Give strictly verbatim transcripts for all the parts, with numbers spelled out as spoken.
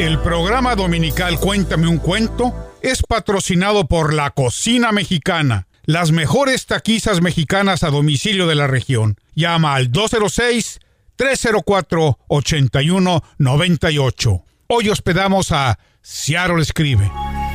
El programa dominical Cuéntame un cuento es patrocinado por La Cocina Mexicana, las mejores taquizas mexicanas a domicilio de la región. Llama al dos cero seis, tres cero cuatro, ocho uno nueve ocho. Hoy hospedamos a Seattle Escribe.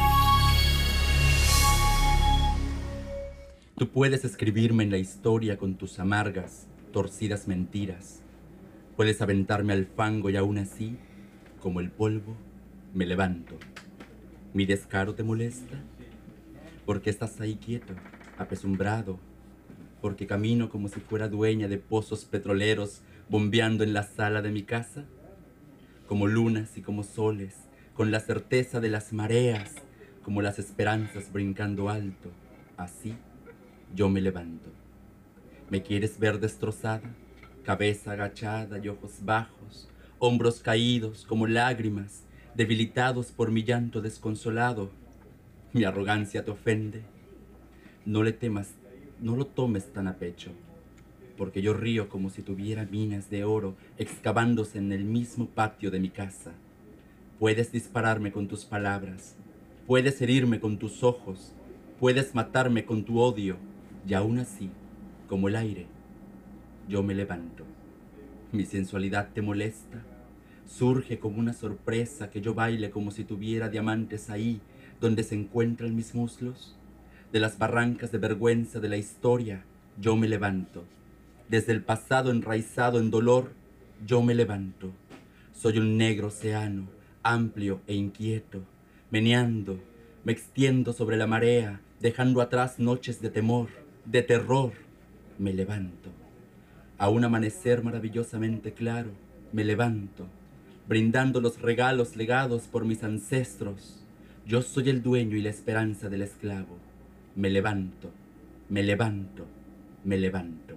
Tú puedes escribirme en la historia con tus amargas, torcidas mentiras. Puedes aventarme al fango y aún así, como el polvo, me levanto. ¿Mi descaro te molesta? ¿Por qué estás ahí quieto, apesumbrado? ¿Porque camino como si fuera dueña de pozos petroleros bombeando en la sala de mi casa? Como lunas y como soles, con la certeza de las mareas, como las esperanzas brincando alto, así yo me levanto. ¿Me quieres ver destrozada? Cabeza agachada y ojos bajos, hombros caídos como lágrimas, debilitados por mi llanto desconsolado. ¿Mi arrogancia te ofende? No le temas, no lo tomes tan a pecho, porque yo río como si tuviera minas de oro excavándose en el mismo patio de mi casa. Puedes dispararme con tus palabras, puedes herirme con tus ojos, puedes matarme con tu odio, y aún así, como el aire, yo me levanto. ¿Mi sensualidad te molesta? Surge como una sorpresa que yo baile como si tuviera diamantes ahí donde se encuentran mis muslos. De las barrancas de vergüenza de la historia, yo me levanto. Desde el pasado enraizado en dolor, yo me levanto. Soy un negro océano, amplio e inquieto, meneando, me extiendo sobre la marea, dejando atrás noches de temor, de terror. Me levanto. A un amanecer maravillosamente claro, me levanto, brindando los regalos legados por mis ancestros. Yo soy el dueño y la esperanza del esclavo. Me levanto, me levanto, me levanto.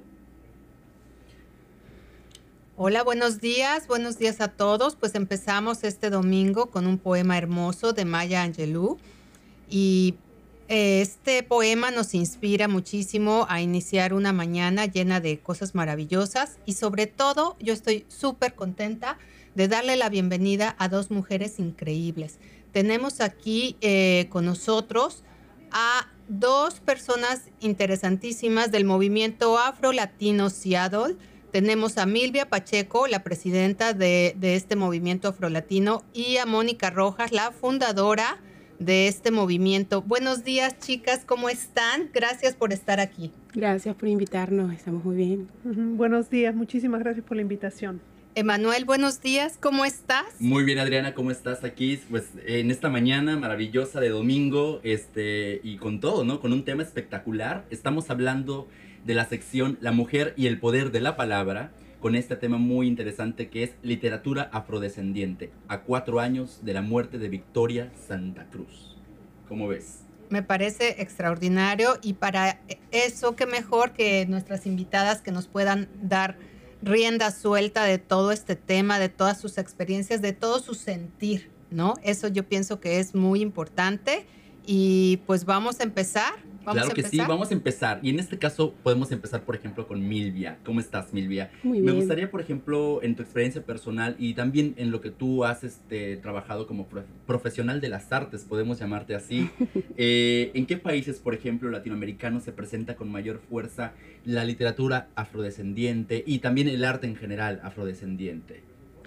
Hola, buenos días, buenos días a todos. Pues empezamos este domingo con un poema hermoso de Maya Angelou y este poema nos inspira muchísimo a iniciar una mañana llena de cosas maravillosas y sobre todo yo estoy súper contenta de darle la bienvenida a dos mujeres increíbles. Tenemos aquí eh, con nosotros a dos personas interesantísimas del movimiento Afro-Latino Seattle. Tenemos a Milvia Pacheco, la presidenta de, de este movimiento afrolatino, y a Mónica Rojas, la fundadora de este movimiento. Buenos días, chicas, ¿cómo están? Gracias por estar aquí. Gracias por invitarnos, estamos muy bien. Uh-huh. Buenos días, muchísimas gracias por la invitación. Emanuel, buenos días, ¿cómo estás? Muy bien, Adriana, ¿cómo estás aquí? Pues en esta mañana maravillosa de domingo, este, y con todo, ¿no? Con un tema espectacular. Estamos hablando de la sección La Mujer y el Poder de la Palabra, con este tema muy interesante que es literatura afrodescendiente, a cuatro años de la muerte de Victoria Santa Cruz. ¿Cómo ves? Me parece extraordinario y para eso, qué mejor que nuestras invitadas que nos puedan dar rienda suelta de todo este tema, de todas sus experiencias, de todo su sentir, ¿no? Eso yo pienso que es muy importante y pues vamos a empezar. ¿Vamos claro a que empezar? sí, vamos a empezar. Y en este caso podemos empezar, por ejemplo, con Milvia. ¿Cómo estás, Milvia? Muy Me bien. gustaría, por ejemplo, en tu experiencia personal y también en lo que tú has este, trabajado como prof- profesional de las artes, podemos llamarte así. eh, ¿En qué países, por ejemplo, latinoamericanos se presenta con mayor fuerza la literatura afrodescendiente y también el arte en general afrodescendiente?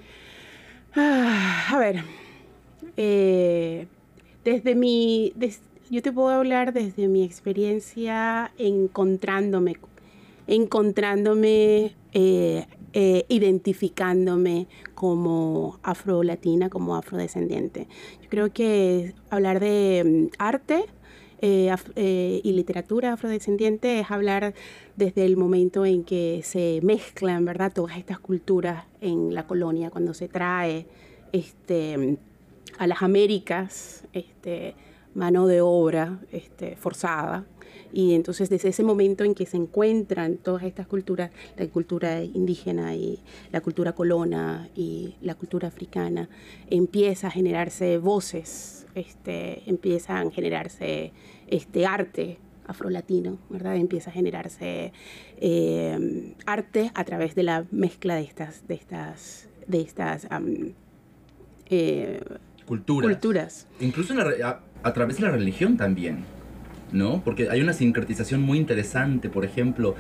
Ah, a ver, eh, desde mi... Des, yo te puedo hablar desde mi experiencia encontrándome, encontrándome, eh, eh, identificándome como afrolatina, como afrodescendiente. Yo creo que hablar de um, arte eh, af, eh, y literatura afrodescendiente es hablar desde el momento en que se mezclan, ¿verdad?, todas estas culturas en la colonia, cuando se trae este, a las Américas, este, mano de obra este, forzada, y entonces desde ese momento en que se encuentran todas estas culturas, la cultura indígena y la cultura colona y la cultura africana, empieza a generarse voces, este, empiezan a generarse este, arte afrolatino, ¿verdad? Empieza a generarse eh, arte a través de la mezcla de estas, de estas, de estas um, eh, culturas. culturas. Incluso en la, a, a través de la religión también, ¿no? Porque hay una sincretización muy interesante, por ejemplo,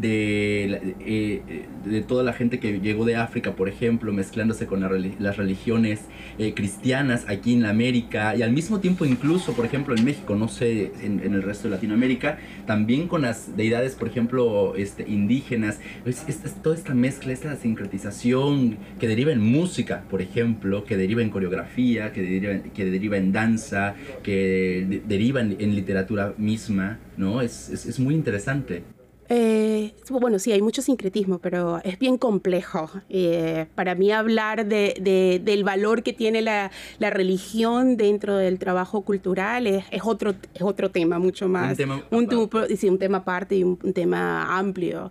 de, eh, de toda la gente que llegó de África, por ejemplo, mezclándose con la, las religiones eh, cristianas aquí en la América, y al mismo tiempo incluso, por ejemplo, en México, no sé, en, en el resto de Latinoamérica, también con las deidades, por ejemplo, este, indígenas. Es, es, es toda esta mezcla, esta sincretización que deriva en música, por ejemplo, que deriva en coreografía, que deriva, que deriva en danza, que de, deriva en, en literatura misma, ¿no? Es, es, es muy interesante. Eh, bueno, sí, hay mucho sincretismo, pero es bien complejo. Eh, para mí hablar de, de, del valor que tiene la, la religión dentro del trabajo cultural es, es, otro, es otro tema, mucho más. Un tema un, aparte. Sí, un tema aparte y un, un tema amplio.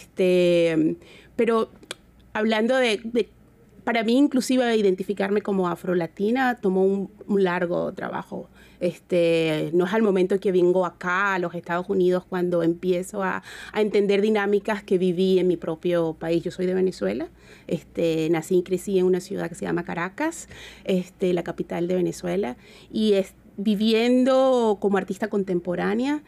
Este, pero hablando de, de para mí, inclusive, identificarme como afrolatina tomó un, un largo trabajo. Este, no es al momento que vengo acá a los Estados Unidos cuando empiezo a, a entender dinámicas que viví en mi propio país. Yo soy de Venezuela, este, nací y crecí en una ciudad que se llama Caracas, este, la capital de Venezuela, y es, viviendo como artista contemporánea,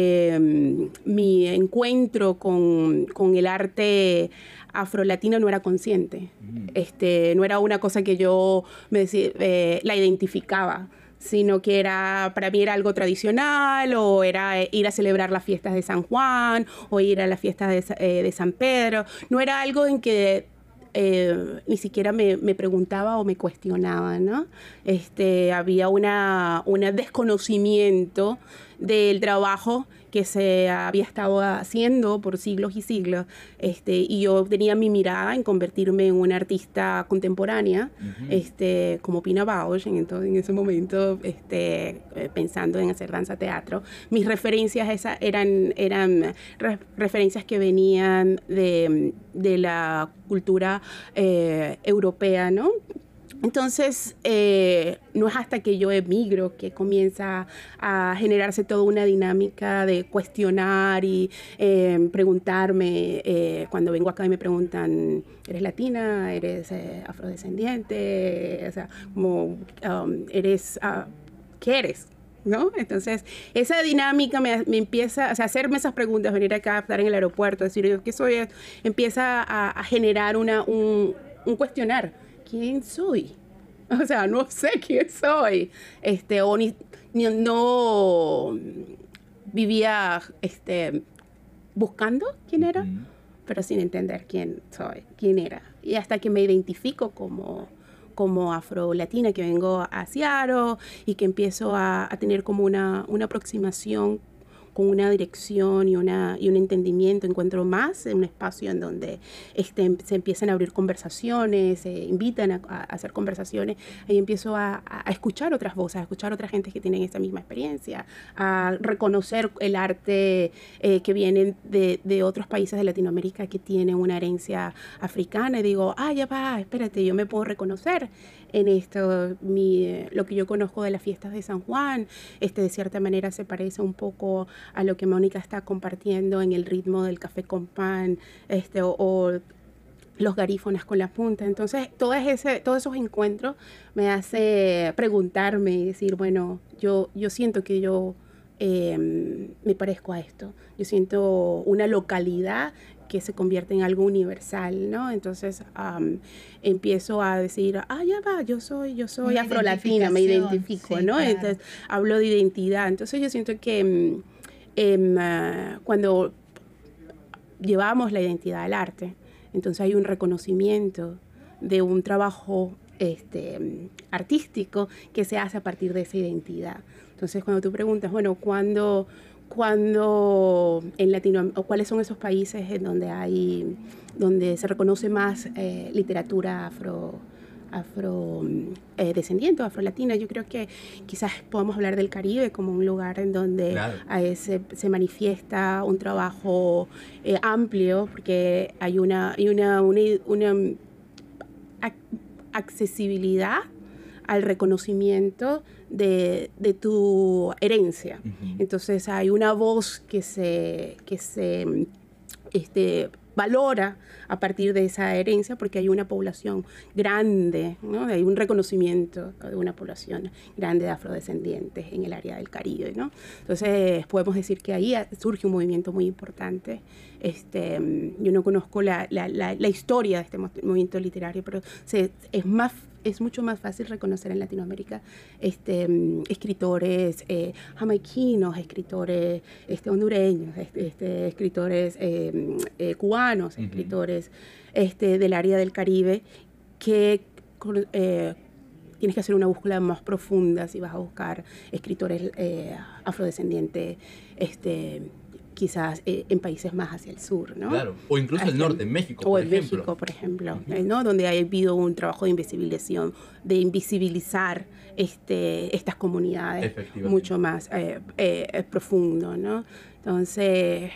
eh, mi encuentro con, con el arte afrolatino no era consciente. Mm. Este, no era una cosa que yo me decía, eh, la identificaba, sino que era, para mí era algo tradicional, o era ir a celebrar las fiestas de San Juan, o ir a las fiestas de, eh, de San Pedro. No era algo en que eh, ni siquiera me, me preguntaba o me cuestionaba, ¿no? Este, había una, un desconocimiento del trabajo que se había estado haciendo por siglos y siglos, este, y yo tenía mi mirada en convertirme en una artista contemporánea, uh-huh. este, como Pina Bausch en, en ese momento, este, eh, pensando en hacer danza teatro. Mis referencias esas eran, eran re- referencias que venían de, de la cultura eh, europea, ¿no? Entonces, eh, no es hasta que yo emigro que comienza a generarse toda una dinámica de cuestionar y eh, preguntarme. Eh, cuando vengo acá y me preguntan, ¿eres latina? ¿Eres eh, afrodescendiente? O sea, como, um, ¿eres, uh, ¿qué eres? ¿No? Entonces, esa dinámica me, me empieza, o sea, hacerme esas preguntas, venir acá a estar en el aeropuerto, decir yo qué soy, empieza a, a generar una, un, un cuestionar. ¿Quién soy? O sea, no sé quién soy. Este, o ni, ni, no vivía este, buscando quién era, uh-huh. pero sin entender quién soy, quién era. Y hasta que me identifico como, como afrolatina, que vengo a Seattle y que empiezo a, a tener como una, una aproximación con una dirección y, una, y un entendimiento, encuentro más en un espacio en donde este, se empiezan a abrir conversaciones, se invitan a, a hacer conversaciones, ahí empiezo a, a escuchar otras voces, a escuchar otras gentes que tienen esa misma experiencia, a reconocer el arte eh, que viene de, de otros países de Latinoamérica que tienen una herencia africana, y digo, ah, ya va, espérate, yo me puedo reconocer en esto, mi, lo que yo conozco de las fiestas de San Juan, este, de cierta manera se parece un poco a lo que Mónica está compartiendo en el ritmo del café con pan, este, o, o los garífonas con la punta. Entonces, todo ese, todos esos encuentros me hace preguntarme y decir, bueno, yo, yo siento que yo eh, me parezco a esto. Yo siento una localidad que se convierte en algo universal, ¿no? Entonces um, empiezo a decir, ah, ya va, yo soy, yo soy una afrolatina, me identifico, sí, ¿no? Claro. Entonces hablo de identidad. Entonces yo siento que um, um, uh, cuando llevamos la identidad al arte, entonces hay un reconocimiento de un trabajo este, artístico que se hace a partir de esa identidad. Entonces cuando tú preguntas, bueno, ¿cuándo... cuando en Latinoamérica, cuáles son esos países en donde hay, donde se reconoce más eh, literatura afro, afro eh, descendiente, afrolatina? Yo creo que quizás podamos hablar del Caribe como un lugar en donde claro. eh, se, se manifiesta un trabajo eh, amplio, porque hay una, hay una, una, una accesibilidad al reconocimiento de, de tu herencia. Uh-huh. Entonces hay una voz que se, que se este, valora a partir de esa herencia, porque hay una población grande, ¿no? Hay un reconocimiento de una población grande de afrodescendientes en el área del Caribe, ¿no? Entonces podemos decir que ahí surge un movimiento muy importante. Este, yo no conozco la, la, la, la historia de este movimiento literario, pero se, es más es mucho más fácil reconocer en Latinoamérica este, escritores eh, jamaiquinos, escritores este, hondureños, este, este, escritores eh, eh, cubanos, uh-huh. escritores este, del área del Caribe, que eh, tienes que hacer una búsqueda más profunda si vas a buscar escritores eh, afrodescendientes, este, quizás eh, en países más hacia el sur, ¿no? Claro, o incluso el norte, en México, o por en ejemplo. México, por ejemplo, uh-huh. ¿no? Donde ha habido un trabajo de invisibilización, de invisibilizar este, estas comunidades mucho más eh, eh, profundo, ¿no? Entonces,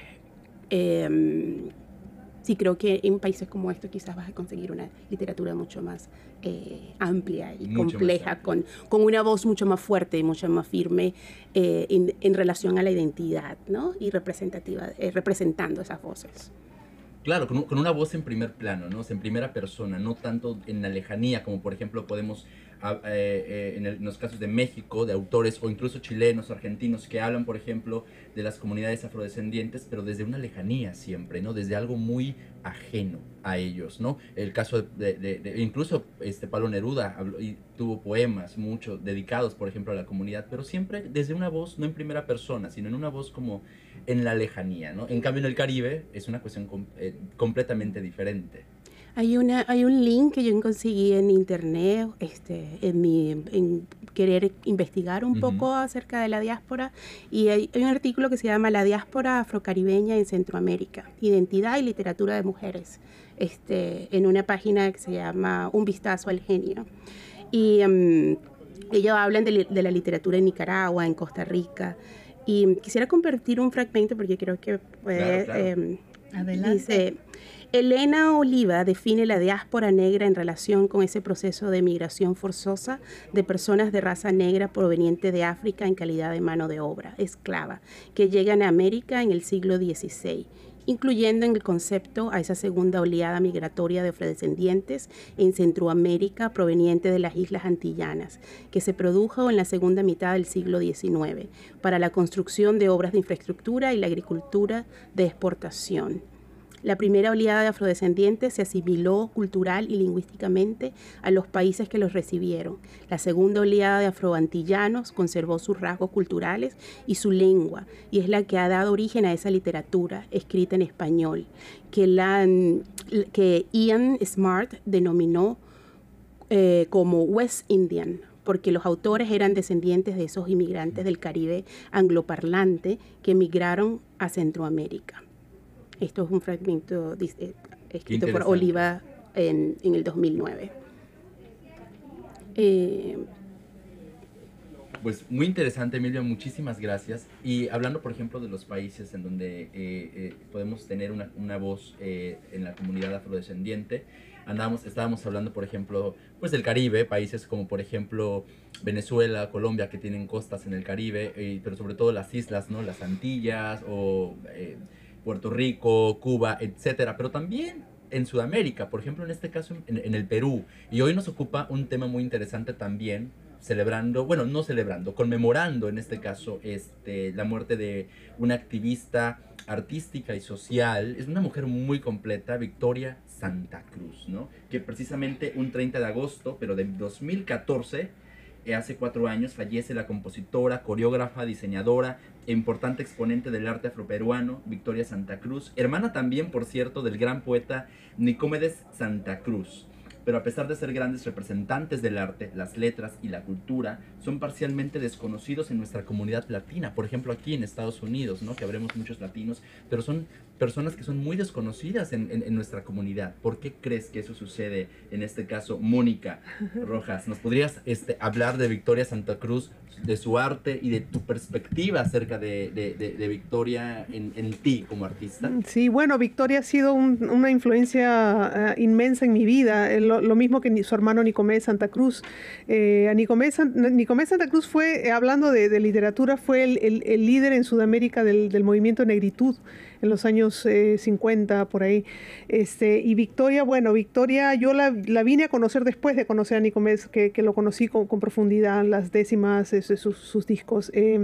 eh, sí creo que en países como estos quizás vas a conseguir una literatura mucho más eh, amplia y mucho compleja, con, con una voz mucho más fuerte y mucho más firme eh, en, en relación a la identidad, ¿no? Y representativa, eh, representando esas voces. Claro, con, con una voz en primer plano, ¿no? O sea, en primera persona, no tanto en la lejanía, como por ejemplo podemos, eh, eh, en, el, en los casos de México, de autores o incluso chilenos o argentinos que hablan, por ejemplo, de las comunidades afrodescendientes, pero desde una lejanía siempre, ¿no? Desde algo muy ajeno a ellos, ¿no? El caso de, de, de incluso este Pablo Neruda habló, y tuvo poemas muchos dedicados, por ejemplo, a la comunidad, pero siempre desde una voz, no en primera persona, sino en una voz como en la lejanía, ¿no? En cambio, en el Caribe es una cuestión com eh, completamente diferente. Hay, una, hay un link que yo conseguí en internet, este, en, mi, en querer investigar un uh-huh. poco acerca de la diáspora, y hay, hay un artículo que se llama La diáspora afrocaribeña en Centroamérica, identidad y literatura de mujeres, este, en una página que se llama Un vistazo al genio. Y um, ellos hablan de, de la literatura en Nicaragua, en Costa Rica, y quisiera compartir un fragmento porque creo que puede... Claro, claro. Eh, Adelante. Dice... Elena Oliva define la diáspora negra en relación con ese proceso de migración forzosa de personas de raza negra proveniente de África en calidad de mano de obra esclava que llegan a América en el siglo dieciséis, incluyendo en el concepto a esa segunda oleada migratoria de afrodescendientes en Centroamérica proveniente de las islas antillanas, que se produjo en la segunda mitad del siglo diecinueve para la construcción de obras de infraestructura y la agricultura de exportación. La primera oleada de afrodescendientes se asimiló cultural y lingüísticamente a los países que los recibieron. La segunda oleada de afroantillanos conservó sus rasgos culturales y su lengua, y es la que ha dado origen a esa literatura escrita en español, que, la, que Ian Smart denominó eh, como West Indian, porque los autores eran descendientes de esos inmigrantes del Caribe angloparlante que emigraron a Centroamérica. Esto es un fragmento eh, escrito por Oliva en, en el dos mil nueve. Eh, pues muy interesante, Emilia, muchísimas gracias. Y hablando, por ejemplo, de los países en donde eh, eh, podemos tener una, una voz eh, en la comunidad afrodescendiente, andamos, estábamos hablando, por ejemplo, pues del Caribe, países como, por ejemplo, Venezuela, Colombia, que tienen costas en el Caribe, eh, pero sobre todo las islas, ¿no? Las Antillas o... Eh, Puerto Rico, Cuba, etcétera, pero también en Sudamérica, por ejemplo, en este caso en, en el Perú. Y hoy nos ocupa un tema muy interesante también, celebrando, bueno, no celebrando, conmemorando en este caso este, la muerte de una activista artística y social. Es una mujer muy completa, Victoria Santa Cruz, ¿no? Que precisamente un treinta de agosto, pero de dos mil catorce, hace cuatro años, fallece la compositora, coreógrafa, diseñadora e importante exponente del arte afroperuano, Victoria Santa Cruz, hermana también, por cierto, del gran poeta Nicomedes Santa Cruz. Pero a pesar de ser grandes representantes del arte, las letras y la cultura son parcialmente desconocidos en nuestra comunidad latina. Por ejemplo, aquí en Estados Unidos, ¿no? Que habremos muchos latinos, pero son personas que son muy desconocidas en, en, en nuestra comunidad. ¿Por qué crees que eso sucede en este caso? Mónica Rojas, ¿nos podrías este, hablar de Victoria Santa Cruz, de su arte y de tu perspectiva acerca de, de, de, de Victoria en, en ti como artista? Sí, bueno, Victoria ha sido un, una influencia uh, inmensa en mi vida. Lo, lo, lo mismo que su hermano Nicomés Santa Cruz. Eh, Nicomés, Nicomés Santa Cruz fue, eh, hablando de, de literatura, fue el, el, el líder en Sudamérica del, del movimiento Negritud en los años eh, cincuenta, por ahí. Este, y Victoria, bueno, Victoria yo la, la vine a conocer después de conocer a Nicomés, que, que lo conocí con, con profundidad, las décimas, eh, sus, sus discos. Eh,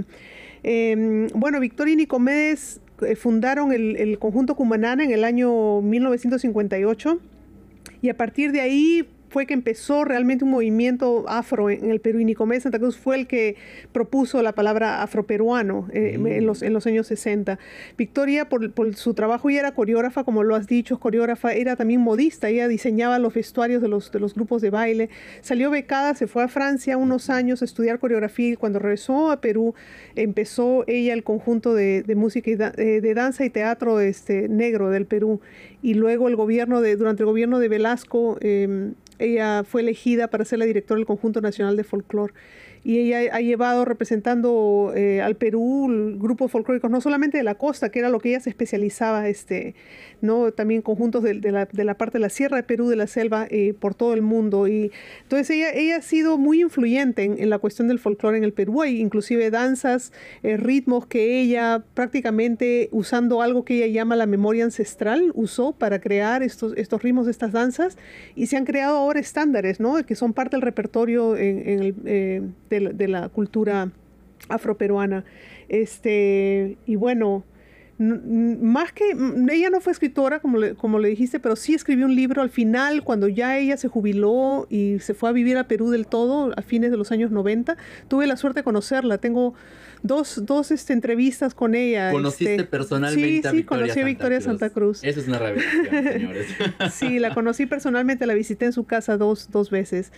eh, bueno, Victoria y Nicomés fundaron el, el conjunto Cumanana en el año mil novecientos cincuenta y ocho y a partir de ahí fue que empezó realmente un movimiento afro en el Perú, y Nicomés Santa Cruz fue el que propuso la palabra afroperuano eh, mm. en, los, en los años sesenta. Victoria, por, por su trabajo, ella era coreógrafa, como lo has dicho, coreógrafa, era también modista, ella diseñaba los vestuarios de los, de los grupos de baile, salió becada, se fue a Francia unos años a estudiar coreografía, y cuando regresó a Perú, empezó ella el conjunto de, de música y da, de, de danza y teatro este, negro del Perú, y luego el gobierno de, durante el gobierno de Velasco, eh, ella fue elegida para ser la directora del Conjunto Nacional de Folclore, y ella ha llevado representando eh, al Perú grupos folclóricos, no solamente de la costa, que era lo que ella se especializaba, este, ¿no? También conjuntos de, de, la, de la parte de la Sierra de Perú, de la selva, eh, por todo el mundo. Y entonces ella, ella ha sido muy influyente en, en la cuestión del folclore en el Perú. Hay inclusive danzas, eh, ritmos que ella prácticamente, usando algo que ella llama la memoria ancestral, usó para crear estos, estos ritmos de estas danzas, y se han creado ahora estándares, ¿no? Que son parte del repertorio en, en el, eh, de, la, de la cultura afroperuana. Este, y bueno, más que, ella no fue escritora, como le, como le dijiste, pero sí escribió un libro al final, cuando ya ella se jubiló y se fue a vivir a Perú del todo, a fines de los años noventa. Tuve la suerte de conocerla, tengo dos, dos este, entrevistas con ella. ¿Conociste este, personalmente sí, a sí, Victoria conocí a Santa Victoria Cruz? Santa Cruz. Eso es una revelación, señores. Sí, la conocí personalmente, la visité en su casa dos, dos veces.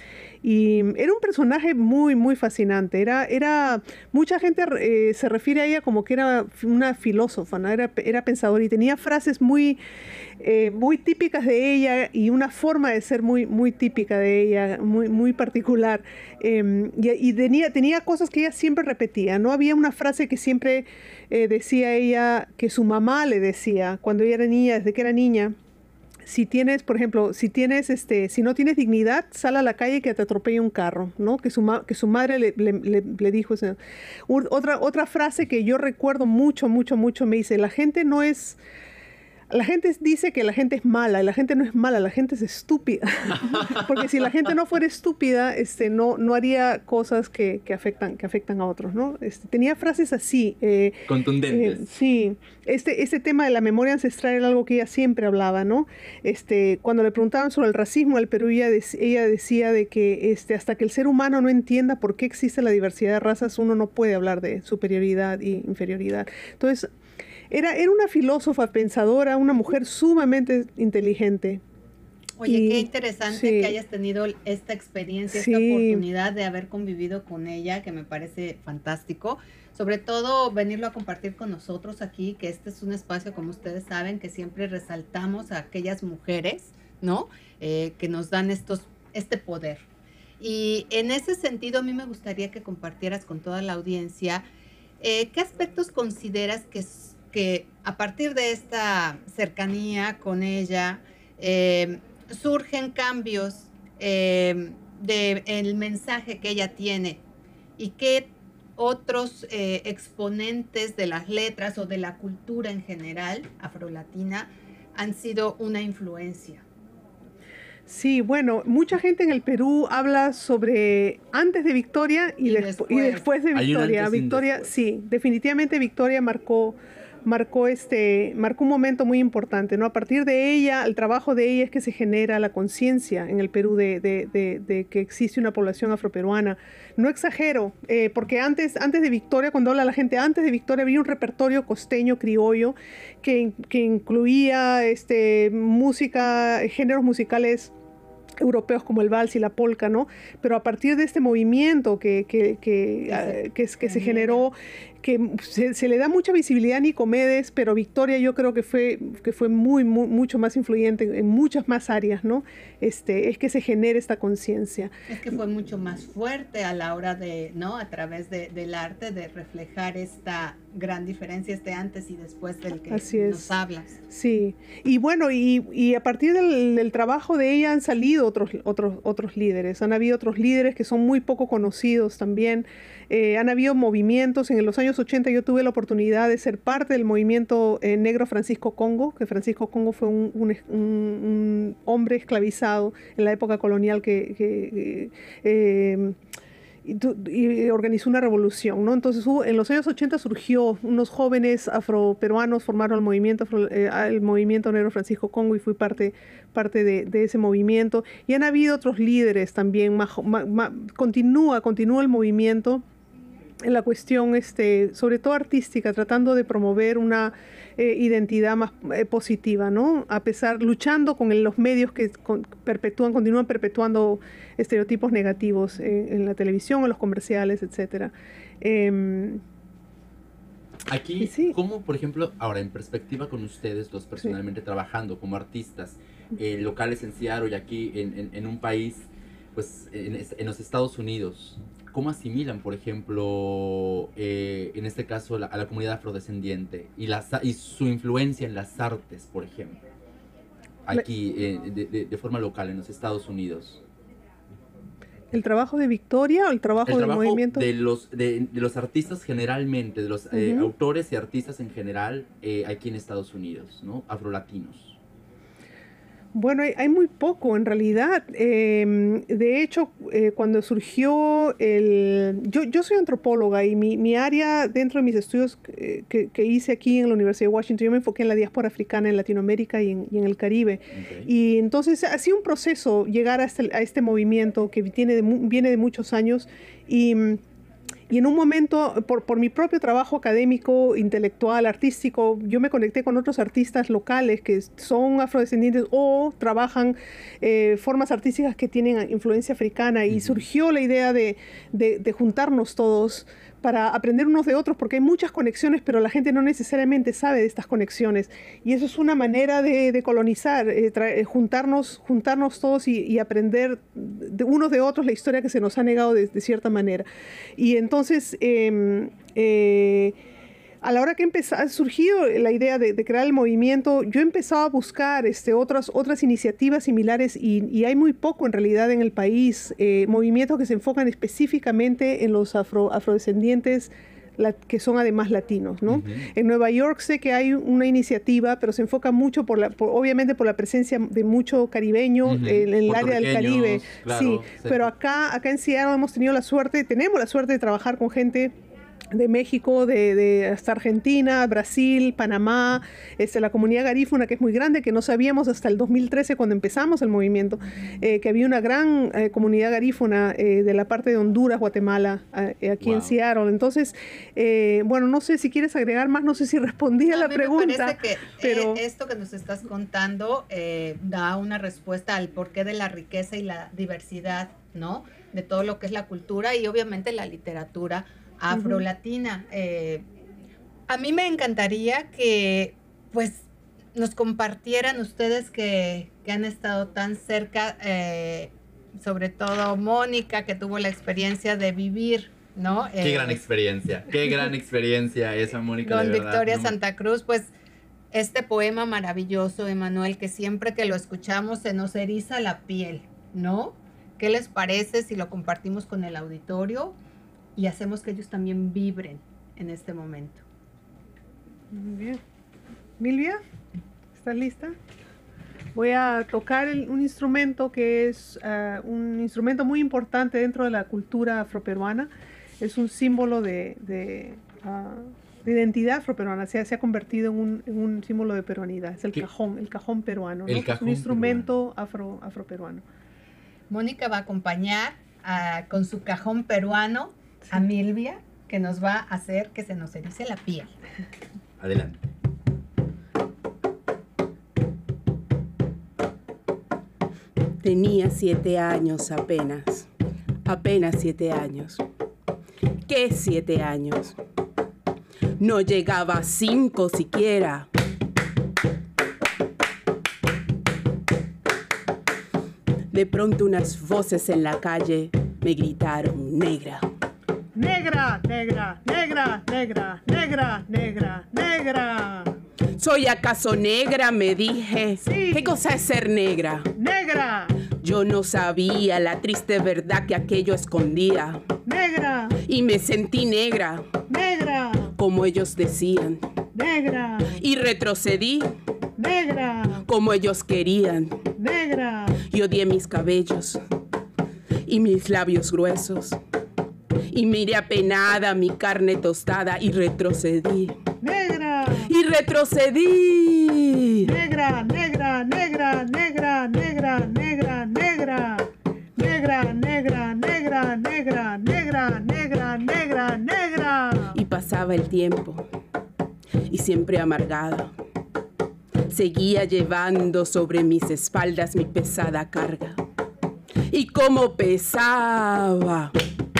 Y era un personaje muy, muy fascinante. Era, era, mucha gente eh, se refiere a ella como que era una filósofa, ¿no? Era, era pensadora, y tenía frases muy, eh, muy típicas de ella, y una forma de ser muy, muy típica de ella, muy, muy particular. Eh, y y tenía, tenía cosas que ella siempre repetía, ¿no? Había una frase que siempre eh, decía ella, que su mamá le decía cuando ella era niña, desde que era niña. Si tienes, por ejemplo, si tienes, este, si no tienes dignidad, sal a la calle que te atropelle un carro, ¿no? Que su, ma- que su madre le, le, le, le dijo. Ese. Otra, otra frase que yo recuerdo mucho, mucho, mucho, me dice, la gente no es... La gente dice que la gente es mala, y la gente no es mala, la gente es estúpida. Porque si la gente no fuera estúpida, este, no, no haría cosas que, que, afectan, que afectan a otros, ¿no? Este, tenía frases así. Eh, Contundentes. Eh, sí. Este, este tema de la memoria ancestral era algo que ella siempre hablaba, ¿no? Este, cuando le preguntaban sobre el racismo en el Perú, ella, de, ella decía de que este, hasta que el ser humano no entienda por qué existe la diversidad de razas, uno no puede hablar de superioridad e inferioridad. Entonces, Era, era una filósofa pensadora, una mujer sumamente inteligente. Oye, y, qué interesante sí. que hayas tenido esta experiencia, sí. esta oportunidad de haber convivido con ella, que me parece fantástico. Sobre todo, venirlo a compartir con nosotros aquí, que este es un espacio, como ustedes saben, que siempre resaltamos a aquellas mujeres, ¿no? Eh, que nos dan estos, este poder. Y en ese sentido, a mí me gustaría que compartieras con toda la audiencia eh, qué aspectos consideras que que a partir de esta cercanía con ella eh, surgen cambios eh, del mensaje que ella tiene, y qué otros eh, exponentes de las letras o de la cultura en general afrolatina han sido una influencia. Sí, bueno, mucha gente en el Perú habla sobre antes de Victoria y, y, despu- después. y después de Victoria. Victoria, sí, definitivamente Victoria marcó marcó este marcó un momento muy importante, ¿no? A partir de ella, el trabajo de ella es que se genera la conciencia en el Perú de, de, de, de que existe una población afroperuana. No exagero, eh, porque antes, antes de Victoria, cuando habla la gente, antes de Victoria había un repertorio costeño, criollo, que, que incluía este, música, géneros musicales europeos como el vals y la polka, ¿no? Pero a partir de este movimiento que, que, que, uh, que, que se generó, que se, se le da mucha visibilidad a Nicomedes, pero Victoria yo creo que fue, que fue muy, muy, mucho más influyente en muchas más áreas, ¿no? Este, es que se genere esta conciencia. Es que fue mucho más fuerte a la hora de, ¿no? A través de, del arte, de reflejar esta gran diferencia, este antes y después del que Así es. Nos hablas. Sí, y bueno, y, y a partir del, del trabajo de ella han salido otros, otros, otros líderes, han habido otros líderes que son muy poco conocidos también. Eh, han habido movimientos, en los años ochenta yo tuve la oportunidad de ser parte del movimiento eh, negro Francisco Congo, que Francisco Congo fue un, un, un, un hombre esclavizado en la época colonial que... que eh, Y, y organizó una revolución, ¿no? Entonces hubo, en los años ochenta surgió, unos jóvenes afroperuanos formaron el movimiento, eh, el movimiento negro Francisco Congo, y fui parte, parte de, de ese movimiento. Y han habido otros líderes también, más, más, más, continúa, continúa el movimiento en la cuestión, este, sobre todo artística, tratando de promover una eh, identidad más eh, positiva, ¿no? A pesar, luchando con el, los medios que con, perpetúan, continúan perpetuando estereotipos negativos eh, en la televisión, en los comerciales, etcétera. Eh, Aquí, sí. ¿cómo, por ejemplo, ahora en perspectiva con ustedes, dos personalmente sí. trabajando como artistas eh, locales en Seattle y aquí en, en, en un país, pues en, en los Estados Unidos, ¿cómo asimilan, por ejemplo, eh, en este caso, la, a la comunidad afrodescendiente y, la, y su influencia en las artes, por ejemplo, aquí eh, de, de, de forma local en los Estados Unidos? ¿El trabajo de Victoria o el trabajo, el del trabajo movimiento? De los, de, de los artistas generalmente, de los uh-huh. eh, autores y artistas en general eh, aquí en Estados Unidos, ¿no? Afrolatinos. Bueno, hay, hay muy poco en realidad. Eh, de hecho, eh, cuando surgió el... Yo, yo soy antropóloga y mi, mi área dentro de mis estudios eh, que, que hice aquí en la Universidad de Washington, yo me enfoqué en la diáspora africana en Latinoamérica y en, y en el Caribe. Okay. Y entonces ha sido un proceso llegar a este, a este movimiento que tiene de, viene de muchos años y... Y en un momento, por, por mi propio trabajo académico, intelectual, artístico, yo me conecté con otros artistas locales que son afrodescendientes o trabajan eh, formas artísticas que tienen influencia africana. Y uh-huh. surgió la idea de, de, de juntarnos todos para aprender unos de otros, porque hay muchas conexiones, pero la gente no necesariamente sabe de estas conexiones. Y eso es una manera de, de colonizar, eh, tra- juntarnos, juntarnos todos y, y aprender de unos de otros la historia que se nos ha negado de, de cierta manera. Y entonces, eh, eh, a la hora que empezó, ha surgido la idea de, de crear el movimiento, yo he empezado a buscar este, otras, otras iniciativas similares y, y hay muy poco en realidad en el país, eh, movimientos que se enfocan específicamente en los afro, afrodescendientes la, que son además latinos, ¿no? Uh-huh. En Nueva York sé que hay una iniciativa, pero se enfoca mucho, por la, por, obviamente por la presencia de mucho caribeño uh-huh. en, en el área del Caribe. Claro, sí, sí, pero acá, acá en Seattle hemos tenido la suerte, tenemos la suerte de trabajar con gente de México, de, de hasta Argentina, Brasil, Panamá, este, la comunidad garífuna, que es muy grande, que no sabíamos hasta el dos mil trece cuando empezamos el movimiento, eh, que había una gran eh, comunidad garífuna eh, de la parte de Honduras, Guatemala, eh, aquí wow. en Seattle. Entonces, eh, bueno, no sé si quieres agregar más, no sé si respondí a la a mí pregunta. Me parece que pero... eh, esto que nos estás contando eh, da una respuesta al porqué de la riqueza y la diversidad, ¿no? De todo lo que es la cultura y obviamente la literatura afrolatina. Uh-huh. Eh, a mí me encantaría que pues nos compartieran ustedes que, que han estado tan cerca, eh, sobre todo Mónica, que tuvo la experiencia de vivir, ¿no? Qué eh, gran experiencia, qué gran experiencia esa, Mónica. Con de verdad, Victoria ¿no? Santa Cruz, pues este poema maravilloso, Emanuel, que siempre que lo escuchamos se nos eriza la piel, ¿no? ¿Qué les parece si lo compartimos con el auditorio y hacemos que ellos también vibren en este momento? Muy bien. Milvia, ¿estás lista? Voy a tocar el, un instrumento que es uh, un instrumento muy importante dentro de la cultura afroperuana. Es un símbolo de, de, uh, de identidad afroperuana. Se, se ha convertido en un, en un símbolo de peruanidad. Es el ¿Qué? cajón, el cajón peruano, ¿no? El cajón es un instrumento peruano. afro, afroperuano. Mónica va a acompañar uh, con su cajón peruano sí. a Milvia, que nos va a hacer que se nos erice la piel. Adelante. Tenía siete años apenas, apenas siete años. ¿Qué siete años? No llegaba a cinco siquiera. De pronto unas voces en la calle me gritaron negra. Negra, negra, negra, negra, negra, negra, negra. ¿Soy acaso negra?, me dije. Sí. ¿Qué cosa es ser negra? Negra, Yo no sabía la triste verdad que aquello escondía. negra, Y me sentí negra, negra, como ellos decían. negra, Y retrocedí, negra, como ellos querían. negra, Y odié mis cabellos y mis labios gruesos. Y miré apenada mi carne tostada y retrocedí. negra, Y retrocedí. negra, negra, negra, negra, negra, negra, negra, negra, negra, negra, negra, negra, negra, negra, negra. Y pasaba el tiempo, y siempre amargada, seguía llevando sobre mis espaldas mi pesada carga. Y cómo pesaba.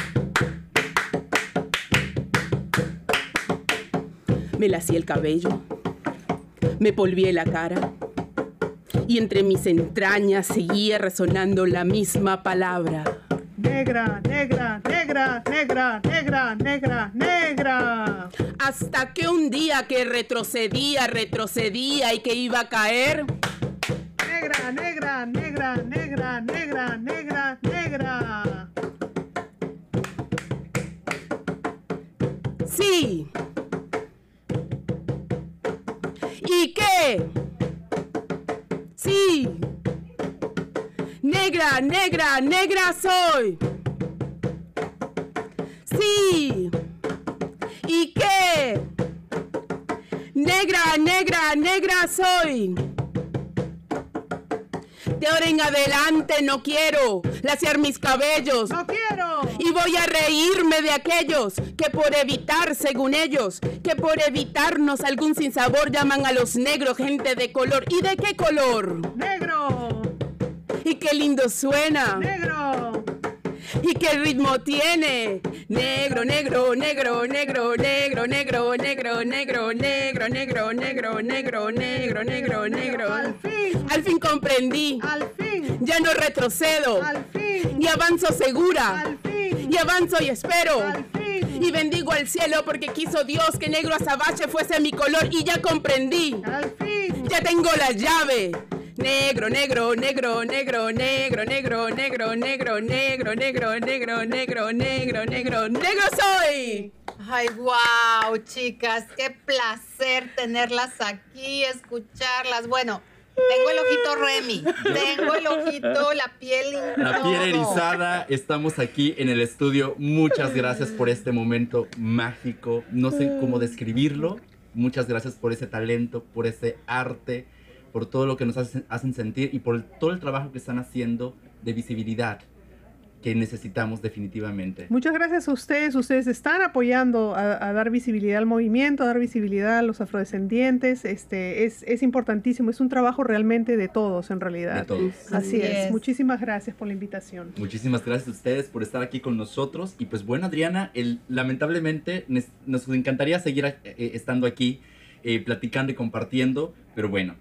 Me lací el cabello, me polvié la cara, y entre mis entrañas seguía resonando la misma palabra. Negra, negra, negra, negra, negra, negra, negra. Hasta que un día que retrocedía, retrocedía y que iba a caer, Negra, negra, negra, negra, negra, negra, negra. sí. ¿Y qué? Sí. Negra, negra, negra soy. Sí. ¿Y qué? Negra, negra, negra soy. De ahora en adelante no quiero laciar mis cabellos. ¡No quiero! Y voy a reírme de aquellos que por evitar, según ellos, que por evitarnos algún sinsabor llaman a los negros gente de color. ¿Y de qué color? ¡Negro! Y qué lindo suena. ¡Negro! ¿Y qué ritmo tiene? Negro, negro, negro, negro, negro, negro, negro, negro, negro, negro, negro, negro, negro, negro, negro. Al fin, Al fin comprendí. al fin, Ya no retrocedo. al fin, Y avanzo segura. al fin, Y avanzo y espero. al fin, Y bendigo al cielo porque quiso Dios que negro azabache fuese mi color. Y ya comprendí. al fin. Ya tengo la llave. Negro, negro, negro, negro, negro, negro, negro, negro, negro, negro, negro, negro, negro, negro, negro soy. Ay, wow, chicas, qué placer tenerlas aquí, escucharlas. Bueno, tengo el ojito Remy, tengo el ojito, la piel La piel todo. erizada, estamos aquí en el estudio. Muchas gracias por este momento mágico. No sé cómo describirlo. Muchas gracias por ese talento, por ese arte, por todo lo que nos hacen, hacen sentir y por todo el trabajo que están haciendo de visibilidad que necesitamos definitivamente. Muchas gracias a ustedes. Ustedes están apoyando a, a dar visibilidad al movimiento, a dar visibilidad a los afrodescendientes. Este, es, es importantísimo. Es un trabajo realmente de todos, en realidad. De todos. Así Así es. es. Muchísimas gracias por la invitación. Muchísimas gracias a ustedes por estar aquí con nosotros. Y pues bueno, Adriana, el, lamentablemente nes- nos encantaría seguir eh, estando aquí, eh, platicando y compartiendo, pero bueno,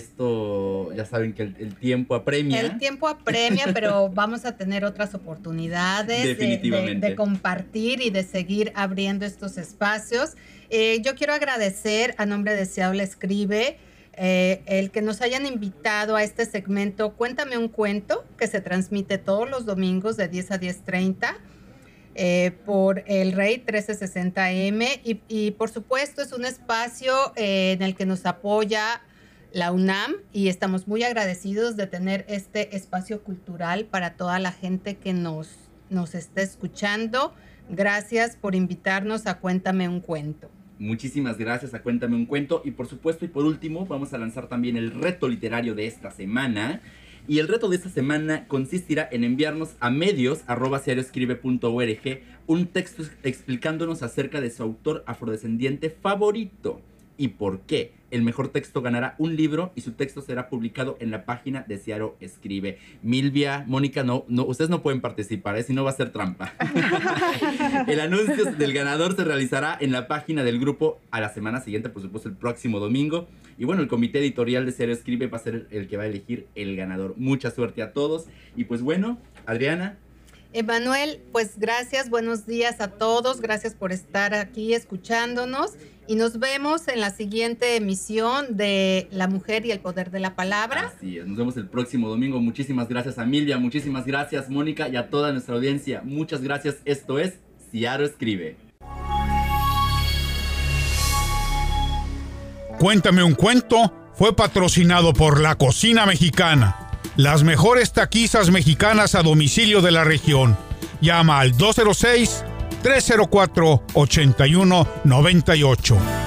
esto ya saben que el, el tiempo apremia. El tiempo apremia, pero vamos a tener otras oportunidades de- Definitivamente. De, de compartir y de seguir abriendo estos espacios. Eh, yo quiero agradecer a nombre de Se Habla Escribe eh, el que nos hayan invitado a este segmento Cuéntame un cuento, que se transmite todos los domingos de diez a diez treinta. Eh, por el Rey trece sesenta eme y, y por supuesto es un espacio eh, en el que nos apoya la UNAM y estamos muy agradecidos de tener este espacio cultural para toda la gente que nos, nos está escuchando. Gracias por invitarnos a Cuéntame un cuento. Muchísimas gracias a Cuéntame un cuento. Y por supuesto, y por último, vamos a lanzar también el reto literario de esta semana. Y el reto de esta semana consistirá en enviarnos a medios arroba diarioescribe punto org un texto explicándonos acerca de su autor afrodescendiente favorito. y por qué. El mejor texto ganará un libro y su texto será publicado en la página de Ciaro Escribe. Milvia, Mónica, no, no, ustedes no pueden participar, ¿eh? Si no va a ser trampa. El anuncio del ganador se realizará en la página del grupo a la semana siguiente, por supuesto el próximo domingo. Y bueno, el comité editorial de Ciaro Escribe va a ser el que va a elegir el ganador. Mucha suerte a todos. Y pues bueno, Adriana. Emanuel, pues gracias, buenos días a todos, gracias por estar aquí escuchándonos y nos vemos en la siguiente emisión de La Mujer y el Poder de la Palabra. Así es, nos vemos el próximo domingo. Muchísimas gracias a Milvia, muchísimas gracias Mónica y a toda nuestra audiencia. Muchas gracias, esto es Ciaro Escribe. Cuéntame un cuento fue patrocinado por La Cocina Mexicana. Las mejores taquizas mexicanas a domicilio de la región. Llama al dos cero seis, tres cero cuatro, ocho uno nueve ocho.